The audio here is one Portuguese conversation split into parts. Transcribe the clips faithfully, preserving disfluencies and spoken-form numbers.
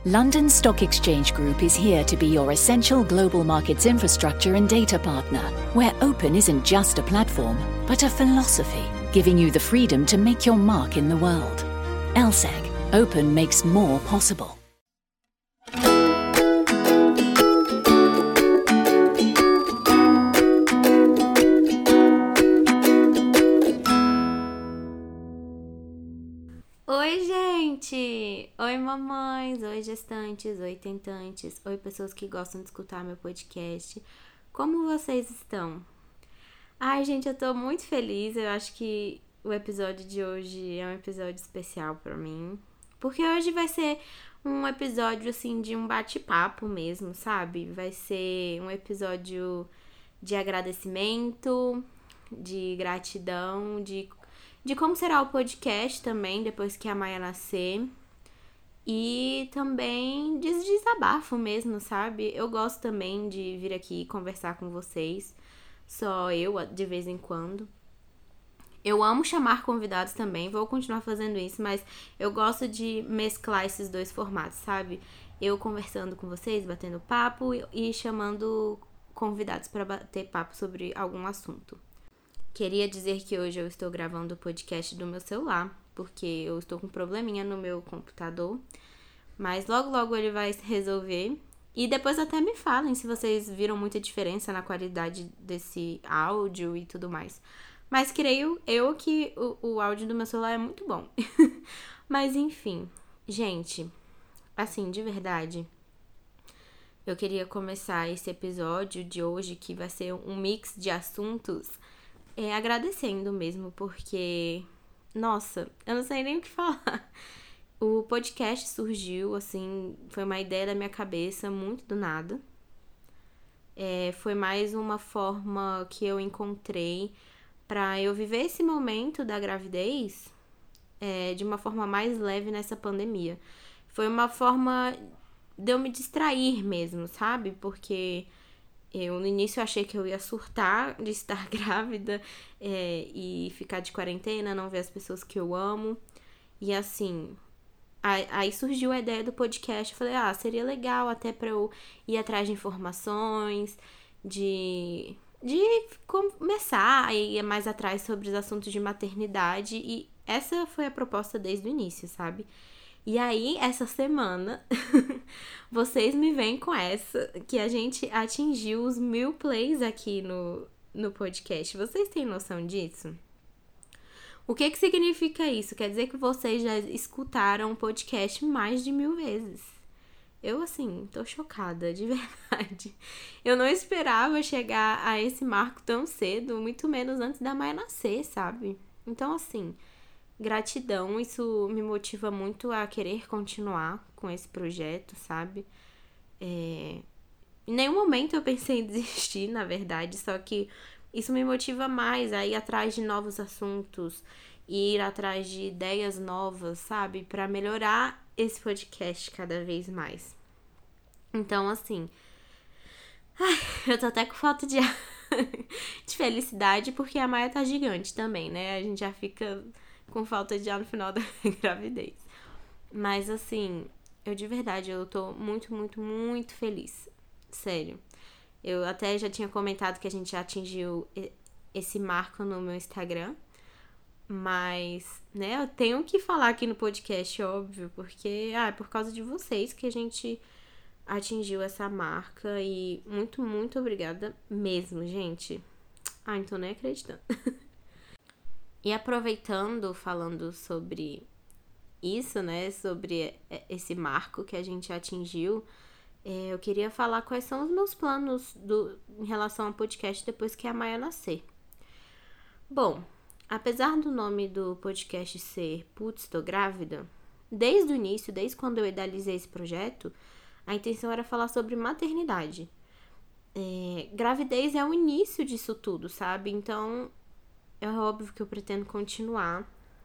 London Stock Exchange Group is here to be your essential global markets infrastructure and data partner, where open isn't just a platform, but a philosophy, giving you the freedom to make your mark in the world. L S E G, open makes more possible. Oi, gente! Oi, mamães! Oi, gestantes! Oi, tentantes! Oi, pessoas que gostam de escutar meu podcast. Como vocês estão? Ai, gente, eu tô muito feliz. Eu acho que o episódio de hoje é um episódio especial pra mim. Porque hoje vai ser um episódio, assim, de um bate-papo mesmo, sabe? Vai ser um episódio de agradecimento, de gratidão, de... de como será o podcast também, depois que a Maia nascer. E também de desabafo mesmo, sabe? Eu gosto também de vir aqui conversar com vocês. Só eu, de vez em quando. Eu amo chamar convidados também, vou continuar fazendo isso, mas eu gosto de mesclar esses dois formatos, sabe? Eu conversando com vocês, batendo papo e chamando convidados para bater papo sobre algum assunto. Queria dizer que hoje eu estou gravando o podcast do meu celular, porque eu estou com um probleminha no meu computador, mas logo logo ele vai se resolver. E depois até me falem se vocês viram muita diferença na qualidade desse áudio e tudo mais. Mas creio eu que o, o áudio do meu celular é muito bom. Mas enfim, gente, assim, de verdade, eu queria começar esse episódio de hoje, que vai ser um mix de assuntos, É, agradecendo mesmo, porque, nossa, eu não sei nem o que falar. O podcast surgiu, assim, foi uma ideia da minha cabeça, muito do nada. É, foi mais uma forma que eu encontrei pra eu viver esse momento da gravidez é, de uma forma mais leve nessa pandemia. Foi uma forma de eu me distrair mesmo, sabe? Porque... Eu, no início, achei que eu ia surtar de estar grávida é, e ficar de quarentena, não ver as pessoas que eu amo. E, assim, aí, aí surgiu a ideia do podcast. Eu falei, ah, seria legal até pra eu ir atrás de informações, de, de começar a ir mais atrás sobre os assuntos de maternidade. E essa foi a proposta desde o início, sabe? E aí, essa semana, vocês me vêm com essa, que a gente atingiu os mil plays aqui no, no podcast. Vocês têm noção disso? O que que significa isso? Quer dizer que vocês já escutaram o podcast mais de mil vezes. Eu, assim, tô chocada, de verdade. Eu não esperava chegar a esse marco tão cedo, muito menos antes da Maia nascer, sabe? Então, assim... Gratidão, isso me motiva muito a querer continuar com esse projeto, sabe? É... Em nenhum momento eu pensei em desistir, na verdade, só que isso me motiva mais a ir atrás de novos assuntos, ir atrás de ideias novas, sabe? Pra melhorar esse podcast cada vez mais. Então, assim... Ai, eu tô até com falta de ar, de felicidade, porque a Maia tá gigante também, né? A gente já fica... com falta de ar no final da gravidez. Mas, assim, eu de verdade, eu tô muito, muito, muito feliz. Sério. Eu até já tinha comentado que a gente já atingiu esse marco no meu Instagram. Mas, né, eu tenho que falar aqui no podcast, óbvio, porque, ah, é por causa de vocês que a gente atingiu essa marca. E muito, muito obrigada mesmo, gente. Ah, então nem acreditando. E aproveitando, falando sobre isso, né, sobre esse marco que a gente atingiu, é, eu queria falar quais são os meus planos do, em relação ao podcast depois que a Maia nascer. Bom, apesar do nome do podcast ser Putz, tô grávida, desde o início, desde quando eu idealizei esse projeto, a intenção era falar sobre maternidade. É, gravidez é o início disso tudo, sabe? Então... é óbvio que eu pretendo continuar.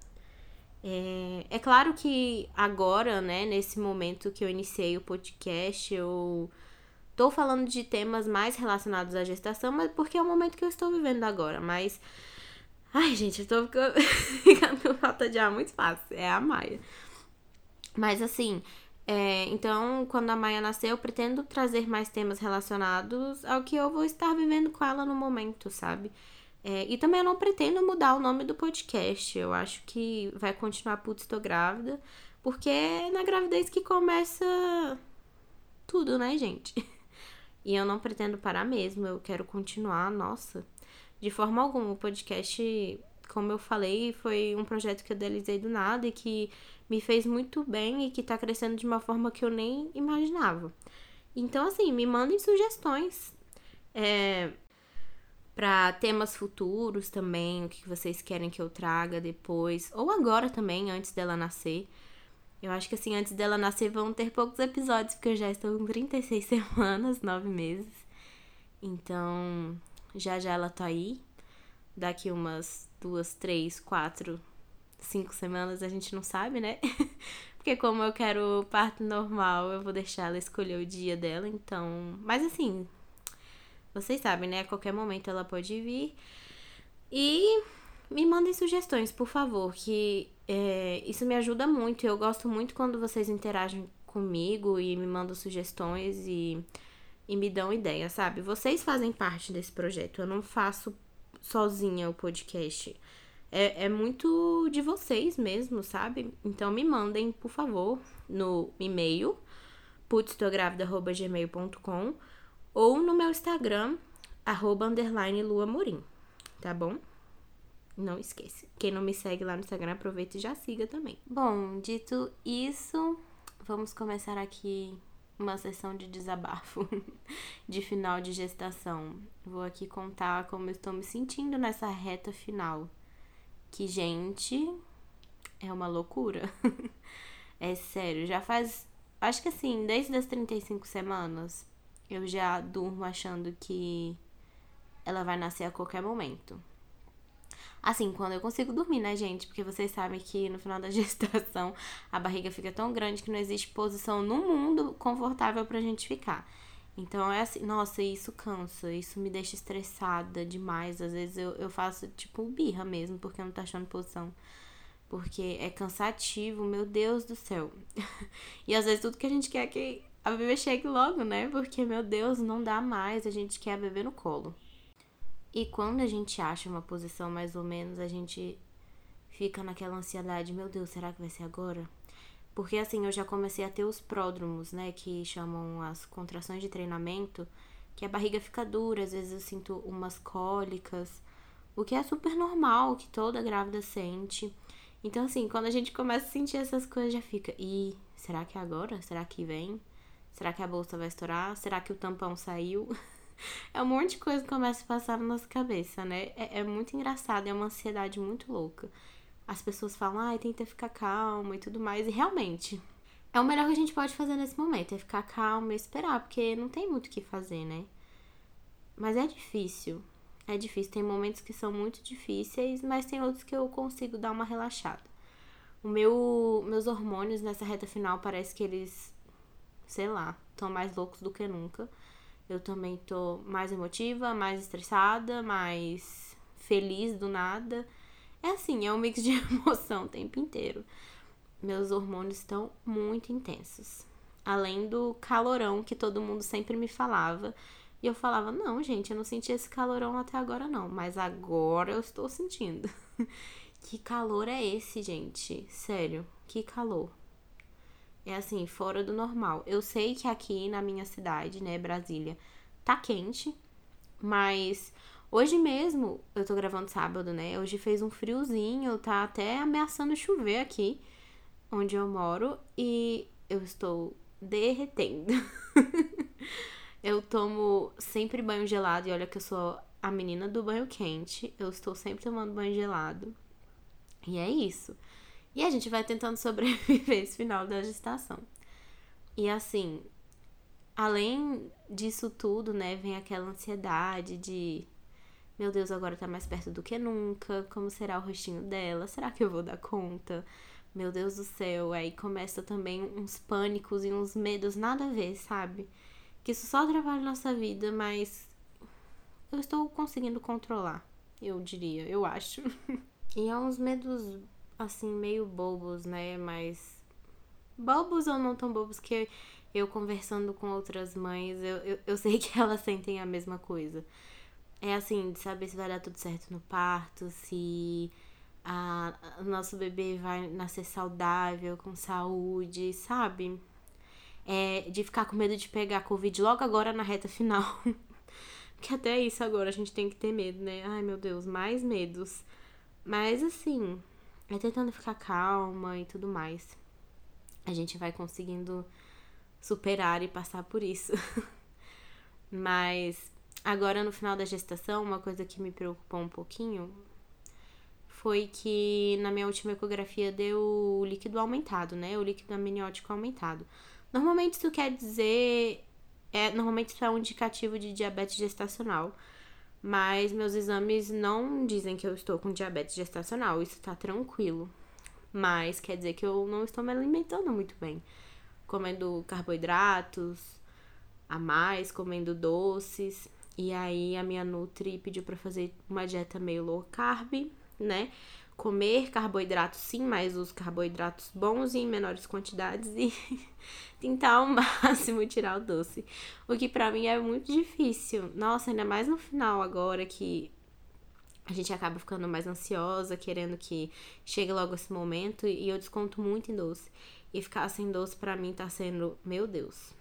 É, é claro que agora, né, nesse momento que eu iniciei o podcast, eu tô falando de temas mais relacionados à gestação, mas porque é o momento que eu estou vivendo agora. Mas, ai, gente, eu tô ficando com falta de ar muito fácil. É a Maia. Mas, assim, É, então, quando a Maia nascer, eu pretendo trazer mais temas relacionados ao que eu vou estar vivendo com ela no momento, sabe? É, e também eu não pretendo mudar o nome do podcast. Eu acho que vai continuar Putz, Tô Grávida, porque é na gravidez que começa tudo, né, gente? E eu não pretendo parar mesmo, eu quero continuar, nossa. De forma alguma, o podcast, como eu falei, foi um projeto que eu idealizei do nada e que me fez muito bem e que tá crescendo de uma forma que eu nem imaginava. Então, assim, me mandem sugestões é, para temas futuros também, o que vocês querem que eu traga depois, ou agora também, antes dela nascer. Eu acho que assim, antes dela nascer vão ter poucos episódios, porque eu já estou com trinta e seis semanas, nove meses. Então, já já ela tá aí. Daqui umas duas, três, quatro, cinco semanas a gente não sabe, né? Porque como eu quero parto normal, eu vou deixar ela escolher o dia dela, então... Mas assim, vocês sabem, né? A qualquer momento ela pode vir. E me mandem sugestões, por favor, que é, isso me ajuda muito. Eu gosto muito quando vocês interagem comigo e me mandam sugestões e, e me dão ideias, sabe? Vocês fazem parte desse projeto. Eu não faço sozinha o podcast. É, é muito de vocês mesmo, sabe? Então me mandem, por favor, no e-mail putztográvida arroba gmail ponto com ou no meu Instagram, arroba underline luamorim, tá bom? Não esqueça. Quem não me segue lá no Instagram, aproveita e já siga também. Bom, dito isso, vamos começar aqui uma sessão de desabafo de final de gestação. Vou aqui contar como eu estou me sentindo nessa reta final. Que, gente, é uma loucura. É sério, já faz... Acho que assim, desde as trinta e cinco semanas, eu já durmo achando que ela vai nascer a qualquer momento. Assim, quando eu consigo dormir, né, gente? Porque vocês sabem que no final da gestação a barriga fica tão grande que não existe posição no mundo confortável pra gente ficar. Então é assim, nossa, isso cansa, isso me deixa estressada demais. Às vezes eu, eu faço tipo birra mesmo, porque eu não tô achando posição. Porque é cansativo, meu Deus do céu. E às vezes tudo que a gente quer é que a bebê chegue logo, né? Porque, meu Deus, não dá mais, a gente quer a bebê no colo. E quando a gente acha uma posição mais ou menos, a gente fica naquela ansiedade, meu Deus, será que vai ser agora? Porque assim, eu já comecei a ter os pródromos, né, que chamam as contrações de treinamento, que a barriga fica dura, às vezes eu sinto umas cólicas, o que é super normal, que toda grávida sente. Então assim, quando a gente começa a sentir essas coisas, já fica, ih, será que é agora? Será que vem? Será que a bolsa vai estourar? Será que o tampão saiu? É um monte de coisa que começa a passar na nossa cabeça, né? É, é muito engraçado, é uma ansiedade muito louca. As pessoas falam, ai, tenta ficar calma e tudo mais. E realmente, é o melhor que a gente pode fazer nesse momento, é ficar calma e esperar, porque não tem muito o que fazer, né? Mas é difícil. É difícil. Tem momentos que são muito difíceis, mas tem outros que eu consigo dar uma relaxada. O meu, meus hormônios nessa reta final parece que eles, sei lá, estão mais loucos do que nunca. Eu também tô mais emotiva, mais estressada, mais feliz do nada. É assim, é um mix de emoção o tempo inteiro. Meus hormônios estão muito intensos. Além do calorão que todo mundo sempre me falava. E eu falava, não, gente, eu não senti esse calorão até agora não. Mas agora eu estou sentindo. Que calor é esse, gente? Sério, que calor. É assim, fora do normal. Eu sei que aqui na minha cidade, né, Brasília, tá quente, mas hoje mesmo, eu tô gravando sábado, né, hoje fez um friozinho, tá até ameaçando chover aqui, onde eu moro, e eu estou derretendo. Eu tomo sempre banho gelado, e olha que eu sou a menina do banho quente, eu estou sempre tomando banho gelado, e é isso. E a gente vai tentando sobreviver esse final da gestação. E assim, além disso tudo, né, vem aquela ansiedade de, meu Deus, agora tá mais perto do que nunca, como será o rostinho dela? Será que eu vou dar conta? Meu Deus do céu, aí começa também uns pânicos e uns medos nada a ver, sabe? Que isso só atrapalha a nossa vida, mas eu estou conseguindo controlar, eu diria, eu acho. E é uns medos assim, meio bobos, né? Mas bobos ou não tão bobos, que eu conversando com outras mães, eu, eu, eu sei que elas sentem a mesma coisa. É assim, de saber se vai dar tudo certo no parto, se a, o nosso bebê vai nascer saudável, com saúde, sabe? É, de ficar com medo de pegar Covid logo agora na reta final. Porque até isso agora a gente tem que ter medo, né? Ai, meu Deus, mais medos. Mas assim, é tentando ficar calma e tudo mais. A gente vai conseguindo superar e passar por isso. Mas agora no final da gestação, uma coisa que me preocupou um pouquinho foi que na minha última ecografia deu o líquido aumentado, né? O líquido amniótico aumentado. Normalmente isso quer dizer... É, normalmente isso é um indicativo de diabetes gestacional. Mas meus exames não dizem que eu estou com diabetes gestacional. Isso tá tranquilo. Mas quer dizer que eu não estou me alimentando muito bem. Comendo carboidratos a mais, comendo doces. E aí a minha nutri pediu pra fazer uma dieta meio low carb, né? Comer carboidratos sim, mas os carboidratos bons e em menores quantidades e tentar ao máximo tirar o doce. O que pra mim é muito difícil. Nossa, ainda mais no final agora que a gente acaba ficando mais ansiosa, querendo que chegue logo esse momento, e eu desconto muito em doce. E ficar sem doce pra mim tá sendo, meu Deus.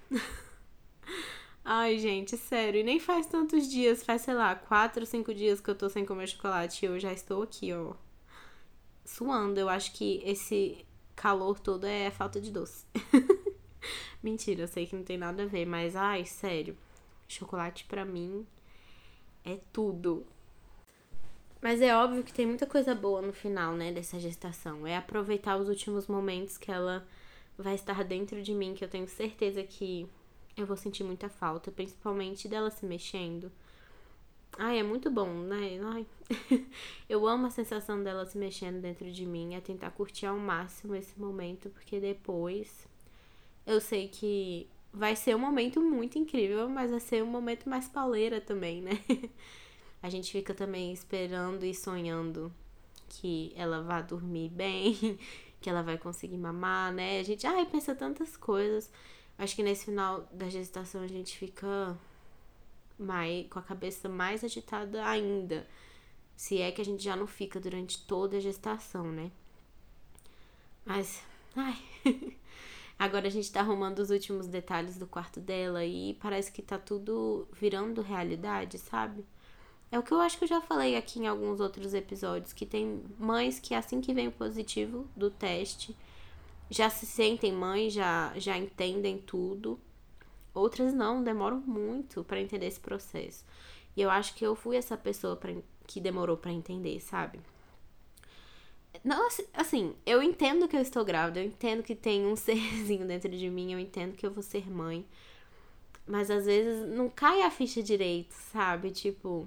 Ai, gente, sério, e nem faz tantos dias, faz, sei lá, quatro, cinco dias que eu tô sem comer chocolate e eu já estou aqui, ó, suando. Eu acho que esse calor todo é falta de doce. Mentira, eu sei que não tem nada a ver, mas, ai, sério, chocolate pra mim é tudo. Mas é óbvio que tem muita coisa boa no final, né, dessa gestação. É aproveitar os últimos momentos que ela vai estar dentro de mim, que eu tenho certeza que eu vou sentir muita falta, principalmente dela se mexendo. Ai, é muito bom, né? Ai. Eu amo a sensação dela se mexendo dentro de mim, é tentar curtir ao máximo esse momento, porque depois eu sei que vai ser um momento muito incrível, mas vai ser um momento mais pauleira também, né? A gente fica também esperando e sonhando que ela vá dormir bem, que ela vai conseguir mamar, né? A gente, ai, pensa tantas coisas. Acho que nesse final da gestação a gente fica mais, com a cabeça mais agitada ainda. Se é que a gente já não fica durante toda a gestação, né? Mas, ai... Agora a gente tá arrumando os últimos detalhes do quarto dela e parece que tá tudo virando realidade, sabe? É o que eu acho que eu já falei aqui em alguns outros episódios, que tem mães que assim que vem o positivo do teste, já se sentem mães, já, já entendem tudo. Outras não, demoram muito pra entender esse processo. E eu acho que eu fui essa pessoa pra, que demorou pra entender, sabe? Não, assim, eu entendo que eu estou grávida, eu entendo que tem um serzinho dentro de mim, eu entendo que eu vou ser mãe. Mas às vezes não cai a ficha direito, sabe? Tipo,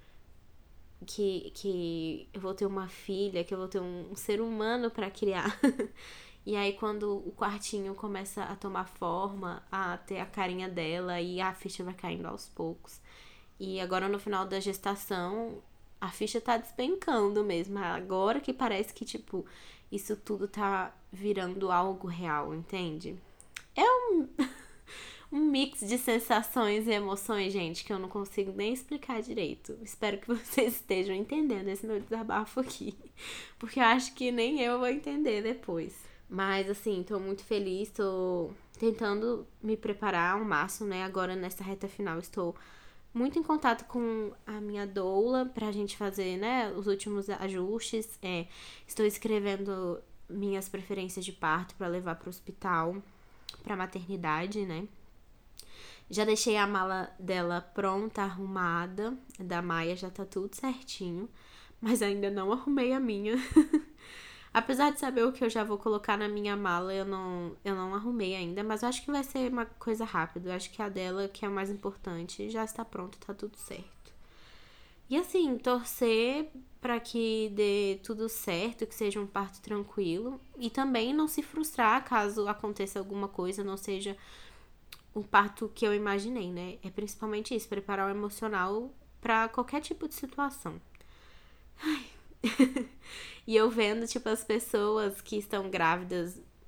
que, que eu vou ter uma filha, que eu vou ter um, um ser humano pra criar. E aí quando o quartinho começa a tomar forma, a ter a carinha dela, e a ficha vai caindo aos poucos. E agora no final da gestação, a ficha tá despencando mesmo. Agora que parece que, tipo, isso tudo tá virando algo real, entende? É um, um mix de sensações e emoções, gente, que eu não consigo nem explicar direito. Espero que vocês estejam entendendo esse meu desabafo aqui. Porque eu acho que nem eu vou entender depois. Mas, assim, tô muito feliz, tô tentando me preparar ao máximo, né? Agora, nessa reta final, estou muito em contato com a minha doula pra gente fazer, né, os últimos ajustes. É, estou escrevendo minhas preferências de parto pra levar pro hospital, pra maternidade, né? Já deixei a mala dela pronta, arrumada, da Maia, já tá tudo certinho, mas ainda não arrumei a minha. Apesar de saber o que eu já vou colocar na minha mala, eu não, eu não arrumei ainda, mas eu acho que vai ser uma coisa rápida. Eu acho que a dela, que é a mais importante, já está pronta, tá tudo certo. E assim, torcer pra que dê tudo certo, que seja um parto tranquilo. E também não se frustrar caso aconteça alguma coisa, não seja o parto que eu imaginei, né? É principalmente isso, preparar o emocional pra qualquer tipo de situação. Ai... E eu vendo, tipo, as pessoas que estão grávidas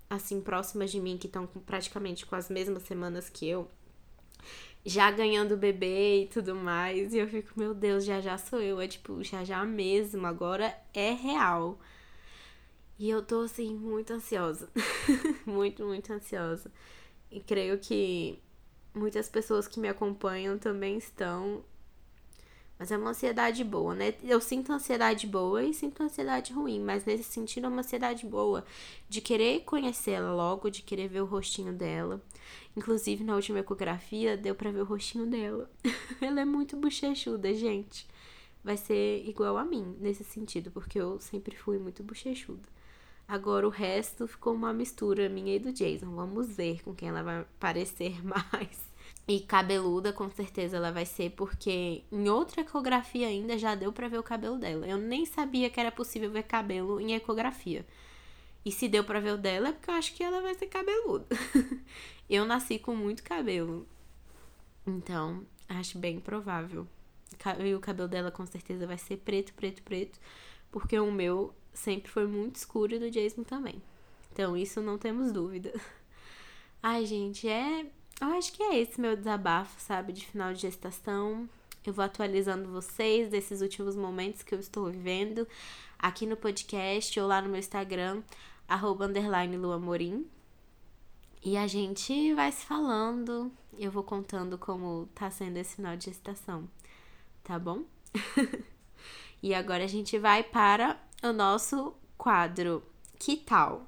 assim, próximas de mim, que estão praticamente com as mesmas semanas que eu, já ganhando bebê e tudo mais. E eu fico, meu Deus, já já sou eu. É tipo, já já mesmo, agora é real. E eu tô, assim, muito ansiosa. muito, muito ansiosa. E creio que muitas pessoas que me acompanham também estão. Mas é uma ansiedade boa, né? Eu sinto ansiedade boa e sinto ansiedade ruim, mas nesse sentido é uma ansiedade boa de querer conhecê-la logo, de querer ver o rostinho dela. Inclusive, na última ecografia, deu pra ver o rostinho dela. Ela é muito bochechuda, gente. Vai ser igual a mim, nesse sentido, porque eu sempre fui muito bochechuda. Agora o resto ficou uma mistura minha e do Jason. Vamos ver com quem ela vai parecer mais. E cabeluda, com certeza ela vai ser, porque em outra ecografia ainda já deu pra ver o cabelo dela. Eu nem sabia que era possível ver cabelo em ecografia. E se deu pra ver o dela é porque eu acho que ela vai ser cabeluda. Eu nasci com muito cabelo. Então, acho bem provável. E o cabelo dela com certeza vai ser preto, preto, preto. Porque o meu sempre foi muito escuro e do Jason também. Então, isso não temos dúvida. Ai, gente, é... Eu acho que é esse meu desabafo, sabe? De final de gestação. Eu vou atualizando vocês desses últimos momentos que eu estou vivendo aqui no podcast ou lá no meu Instagram, arroba underline luamorim. E a gente vai se falando. Eu vou contando como tá sendo esse final de gestação. Tá bom? E agora a gente vai para o nosso quadro. Que tal?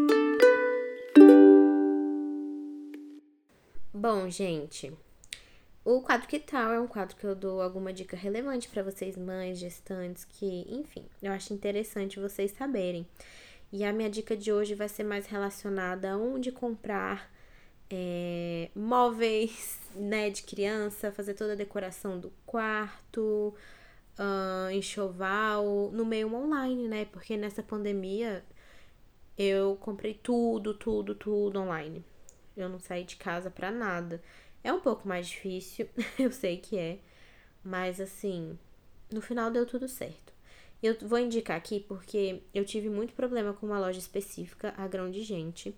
Bom, gente, o quadro Que Tal é um quadro que eu dou alguma dica relevante para vocês, mães, gestantes, que, enfim, eu acho interessante vocês saberem. E a minha dica de hoje vai ser mais relacionada a onde comprar é, móveis, né, de criança, fazer toda a decoração do quarto, uh, enxoval, no meio online, né, porque nessa pandemia eu comprei tudo, tudo, tudo online. Eu não saí de casa pra nada. É um pouco mais difícil, eu sei que é. Mas, assim, no final deu tudo certo. Eu vou indicar aqui porque eu tive muito problema com uma loja específica, a Grão de Gente.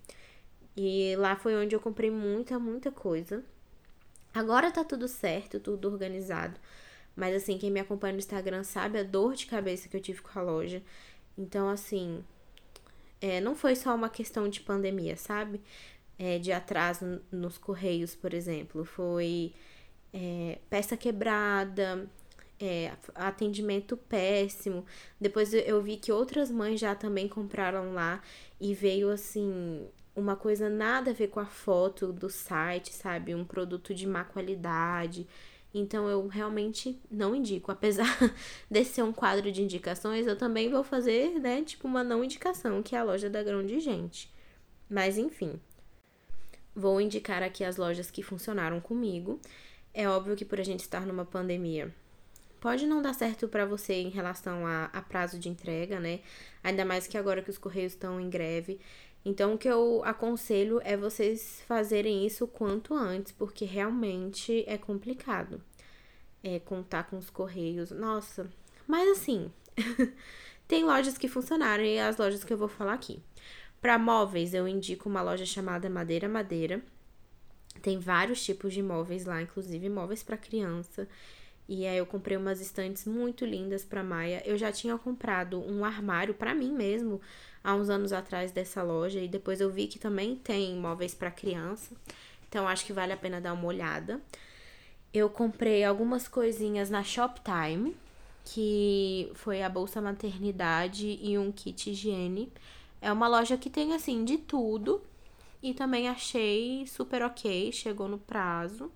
E lá foi onde eu comprei muita, muita coisa. Agora tá tudo certo, tudo organizado. Mas, assim, quem me acompanha no Instagram sabe a dor de cabeça que eu tive com a loja. Então, assim, é, não foi só uma questão de pandemia, sabe? É, de atraso nos correios, por exemplo, foi é, peça quebrada, é, atendimento péssimo. Depois eu vi que outras mães já também compraram lá e veio assim, uma coisa nada a ver com a foto do site, sabe? Um produto de má qualidade. Então eu realmente não indico. Apesar desse ser um quadro de indicações, eu também vou fazer, né, tipo uma não indicação, que é a loja da Grão de Gente. Mas enfim. Vou indicar aqui as lojas que funcionaram comigo. É óbvio que por a gente estar numa pandemia, pode não dar certo pra você em relação a, a prazo de entrega, né? Ainda mais que agora que os correios estão em greve. Então, o que eu aconselho é vocês fazerem isso o quanto antes, porque realmente é complicado. É, contar com os correios. Nossa, mas assim, tem lojas que funcionaram e as lojas que eu vou falar aqui. Para móveis, eu indico uma loja chamada Madeira Madeira. Tem vários tipos de móveis lá, inclusive móveis para criança. E aí eu comprei umas estantes muito lindas para Maia. Eu já tinha comprado um armário para mim mesmo há uns anos atrás dessa loja e depois eu vi que também tem móveis para criança. Então acho que vale a pena dar uma olhada. Eu comprei algumas coisinhas na Shoptime, que foi a bolsa maternidade e um kit higiene. É uma loja que tem, assim, de tudo. E também achei super ok, chegou no prazo.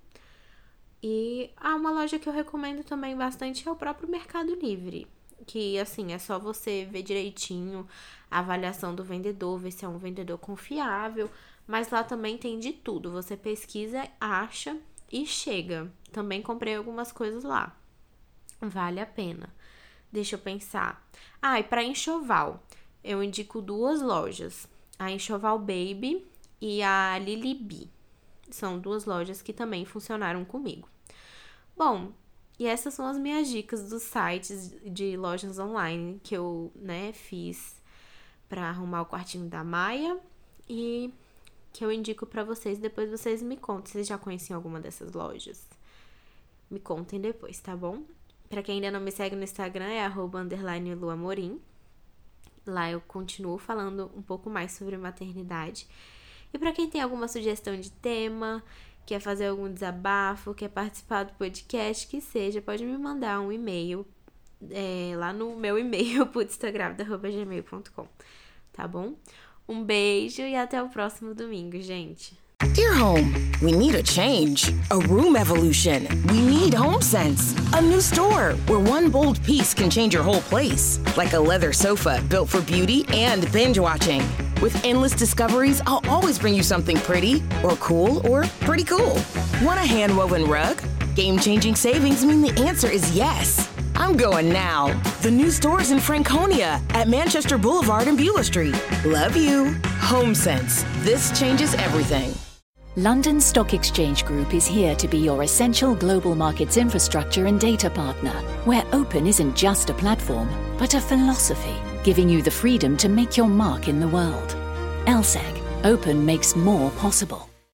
E ah, uma loja que eu recomendo também bastante é o próprio Mercado Livre. Que, assim, é só você ver direitinho a avaliação do vendedor, ver se é um vendedor confiável. Mas lá também tem de tudo. Você pesquisa, acha e chega. Também comprei algumas coisas lá. Vale a pena. Deixa eu pensar. Ah, e pra enxoval, eu indico duas lojas, a Enxoval Baby e a Lily Bee. São duas lojas que também funcionaram comigo. Bom, e essas são as minhas dicas dos sites de lojas online que eu, né, fiz para arrumar o quartinho da Maia e que eu indico pra vocês. Depois vocês me contem se vocês já conheciam alguma dessas lojas. Me contem depois, tá bom? Pra quem ainda não me segue no Instagram, é arroba underline luamorim. Lá eu continuo falando um pouco mais sobre maternidade. E pra quem tem alguma sugestão de tema, quer fazer algum desabafo, quer participar do podcast, que seja, pode me mandar um e-mail é, lá no meu e-mail, putzdagravida arroba gmail ponto com, tá bom? Um beijo e até o próximo domingo, gente. Dear home, we need a change. A room evolution. We need HomeSense. A new store where one bold piece can change your whole place. Like a leather sofa built for beauty and binge watching. With endless discoveries, I'll always bring you something pretty, or cool, or pretty cool. Want a hand-woven rug? Game-changing savings mean the answer is yes. I'm going now. The new store's in Franconia at Manchester Boulevard and Beulah Street. Love you. HomeSense. This changes everything. London Stock Exchange Group is here to be your essential global markets infrastructure and data partner, where open isn't just a platform, but a philosophy, giving you the freedom to make your mark in the world. L S E G, open makes more possible.